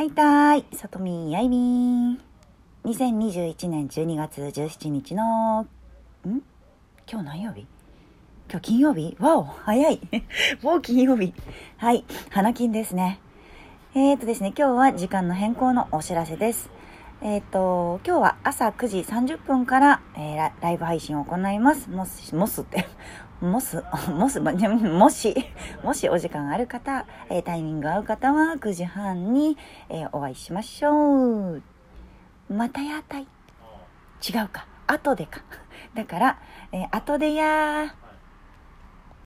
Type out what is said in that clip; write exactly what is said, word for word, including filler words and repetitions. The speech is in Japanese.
はいたーい、さとみーあいみー。にせんにじゅういちねんじゅうにがつじゅうしちにちの、ん今日何曜日？今日金曜日？わお、早い。もう金曜日。はい、花金ですね。えーとですね、今日は時間の変更のお知らせです。えーと、今日は朝くじさんじゅっぷんから、えー、ラ, ライブ配信を行います。もし、もすって、もす、もす、もし、もしお時間ある方、えー、タイミング合う方はくじはんに、えー、お会いしましょう。またやーたい。違うか。後でか。だから、えー、後でやー。